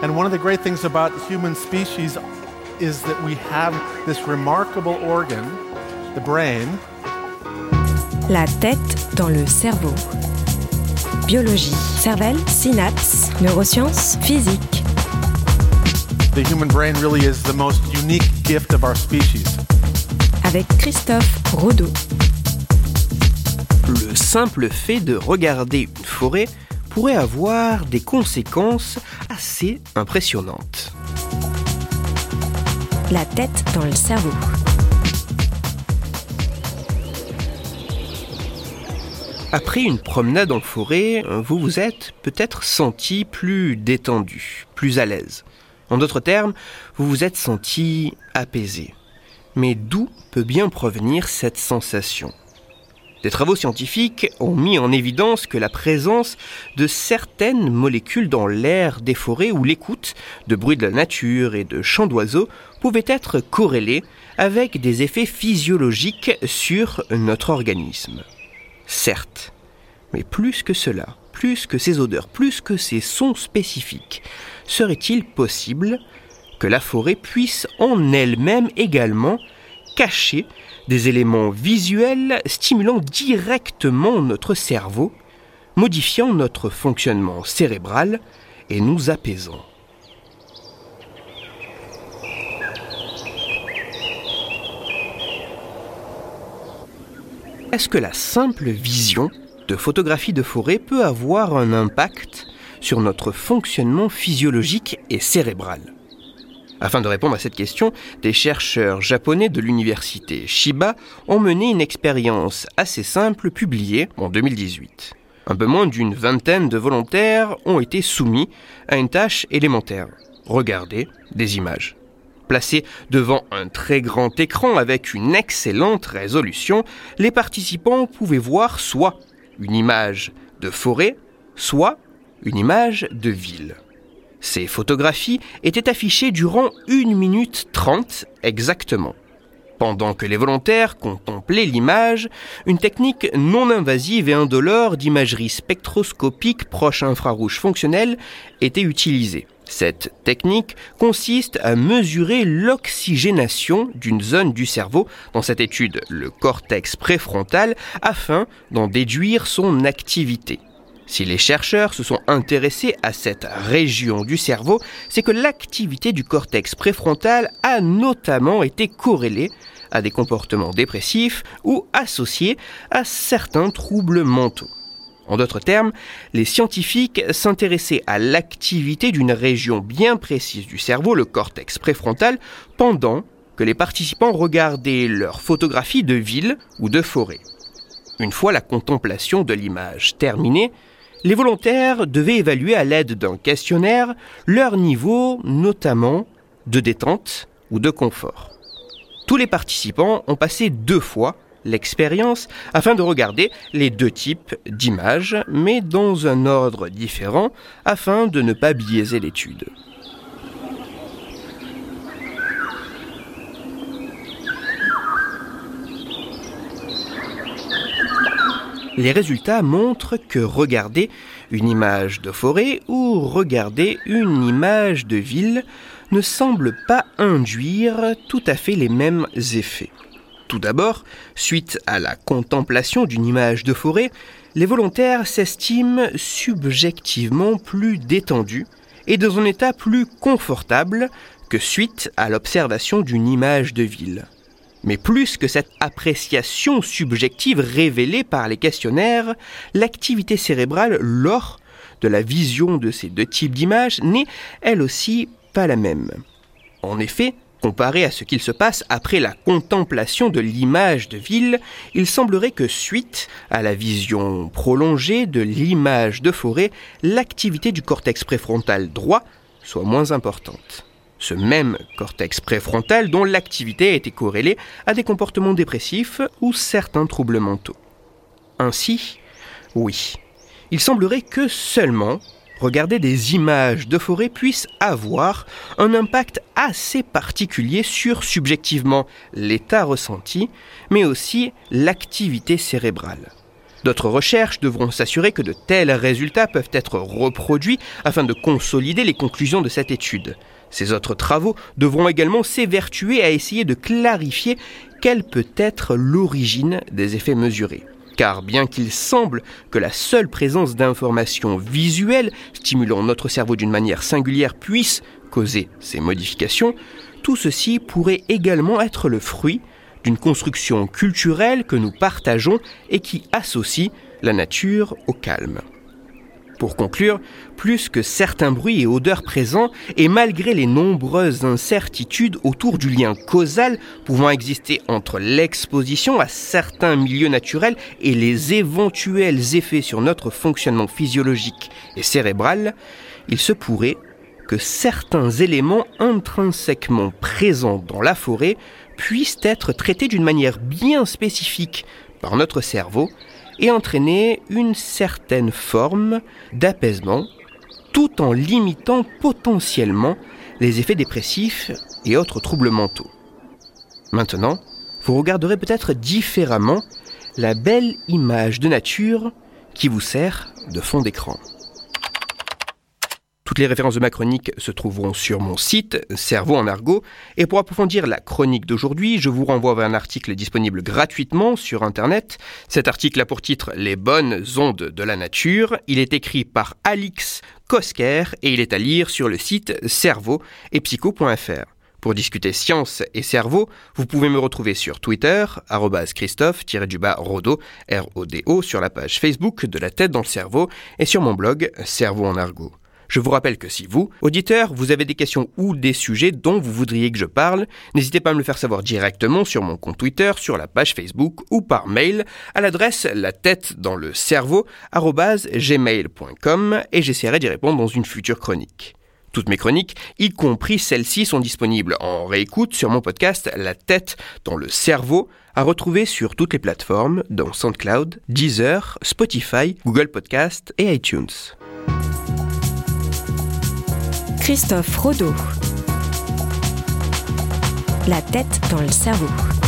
And one of the great things about human species is that we have this remarkable organ, the brain. La tête dans le cerveau. Biologie, cervelle, synapses, neurosciences, physique. The human brain really is the most unique gift of our species. Avec Christophe Rodeau. Le simple fait de regarder une forêt pourrait avoir des conséquences assez impressionnantes. La tête dans le cerveau. Après une promenade en forêt, vous vous êtes peut-être senti plus détendu, plus à l'aise. En d'autres termes, vous vous êtes senti apaisé. Mais d'où peut bien provenir cette sensation ? Des travaux scientifiques ont mis en évidence que la présence de certaines molécules dans l'air des forêts ou l'écoute de bruits de la nature et de chants d'oiseaux pouvait être corrélée avec des effets physiologiques sur notre organisme. Certes, mais plus que cela, plus que ces odeurs, plus que ces sons spécifiques, serait-il possible que la forêt puisse en elle-même également cacher des éléments visuels stimulant directement notre cerveau, modifiant notre fonctionnement cérébral et nous apaisant. Est-ce que la simple vision de photographie de forêt peut avoir un impact sur notre fonctionnement physiologique et cérébral ? Afin de répondre à cette question, des chercheurs japonais de l'université Chiba ont mené une expérience assez simple publiée en 2018. Un peu moins d'une vingtaine de volontaires ont été soumis à une tâche élémentaire, regarder des images. Placés devant un très grand écran avec une excellente résolution, les participants pouvaient voir soit une image de forêt, soit une image de ville. Ces photographies étaient affichées durant 1 minute 30 exactement. Pendant que les volontaires contemplaient l'image, une technique non invasive et indolore d'imagerie spectroscopique proche infrarouge fonctionnelle était utilisée. Cette technique consiste à mesurer l'oxygénation d'une zone du cerveau, dans cette étude le cortex préfrontal, afin d'en déduire son activité. Si les chercheurs se sont intéressés à cette région du cerveau, c'est que l'activité du cortex préfrontal a notamment été corrélée à des comportements dépressifs ou associés à certains troubles mentaux. En d'autres termes, les scientifiques s'intéressaient à l'activité d'une région bien précise du cerveau, le cortex préfrontal, pendant que les participants regardaient leurs photographies de villes ou de forêts. Une fois la contemplation de l'image terminée, les volontaires devaient évaluer à l'aide d'un questionnaire leur niveau, notamment de détente ou de confort. Tous les participants ont passé 2 fois l'expérience afin de regarder les 2 types d'images, mais dans un ordre différent afin de ne pas biaiser l'étude. Les résultats montrent que regarder une image de forêt ou regarder une image de ville ne semble pas induire tout à fait les mêmes effets. Tout d'abord, suite à la contemplation d'une image de forêt, les volontaires s'estiment subjectivement plus détendus et dans un état plus confortable que suite à l'observation d'une image de ville. Mais plus que cette appréciation subjective révélée par les questionnaires, l'activité cérébrale lors de la vision de ces 2 types d'images n'est, elle aussi, pas la même. En effet, comparé à ce qu'il se passe après la contemplation de l'image de ville, il semblerait que suite à la vision prolongée de l'image de forêt, l'activité du cortex préfrontal droit soit moins importante. Ce même cortex préfrontal dont l'activité a été corrélée à des comportements dépressifs ou certains troubles mentaux. Ainsi, oui, il semblerait que seulement regarder des images de forêt puisse avoir un impact assez particulier sur subjectivement l'état ressenti, mais aussi l'activité cérébrale. D'autres recherches devront s'assurer que de tels résultats peuvent être reproduits afin de consolider les conclusions de cette étude. Ces autres travaux devront également s'évertuer à essayer de clarifier quelle peut être l'origine des effets mesurés. Car bien qu'il semble que la seule présence d'informations visuelles stimulant notre cerveau d'une manière singulière puisse causer ces modifications, tout ceci pourrait également être le fruit d'une construction culturelle que nous partageons et qui associe la nature au calme. Pour conclure, plus que certains bruits et odeurs présents, et malgré les nombreuses incertitudes autour du lien causal pouvant exister entre l'exposition à certains milieux naturels et les éventuels effets sur notre fonctionnement physiologique et cérébral, il se pourrait que certains éléments intrinsèquement présents dans la forêt puissent être traités d'une manière bien spécifique par notre cerveau et entraîner une certaine forme d'apaisement, tout en limitant potentiellement les effets dépressifs et autres troubles mentaux. Maintenant, vous regarderez peut-être différemment la belle image de nature qui vous sert de fond d'écran. Toutes les références de ma chronique se trouveront sur mon site, Cerveau en argot. Et pour approfondir la chronique d'aujourd'hui, je vous renvoie vers un article disponible gratuitement sur Internet. Cet article a pour titre « Les bonnes ondes de la nature ». Il est écrit par Alix Kosker et il est à lire sur le site cerveau-et-psycho.fr. Pour discuter science et cerveau, vous pouvez me retrouver sur Twitter, @Christophe-Rodo, R-O-D-O, sur la page Facebook de La Tête dans le Cerveau et sur mon blog Cerveau en argot. Je vous rappelle que si vous, auditeurs, vous avez des questions ou des sujets dont vous voudriez que je parle, n'hésitez pas à me le faire savoir directement sur mon compte Twitter, sur la page Facebook ou par mail à l'adresse latettedanslecerveau@gmail.com et j'essaierai d'y répondre dans une future chronique. Toutes mes chroniques, y compris celles-ci, sont disponibles en réécoute sur mon podcast La Tête dans le Cerveau, à retrouver sur toutes les plateformes, dont SoundCloud, Deezer, Spotify, Google Podcast et iTunes. Christophe Rodo. La tête dans le cerveau.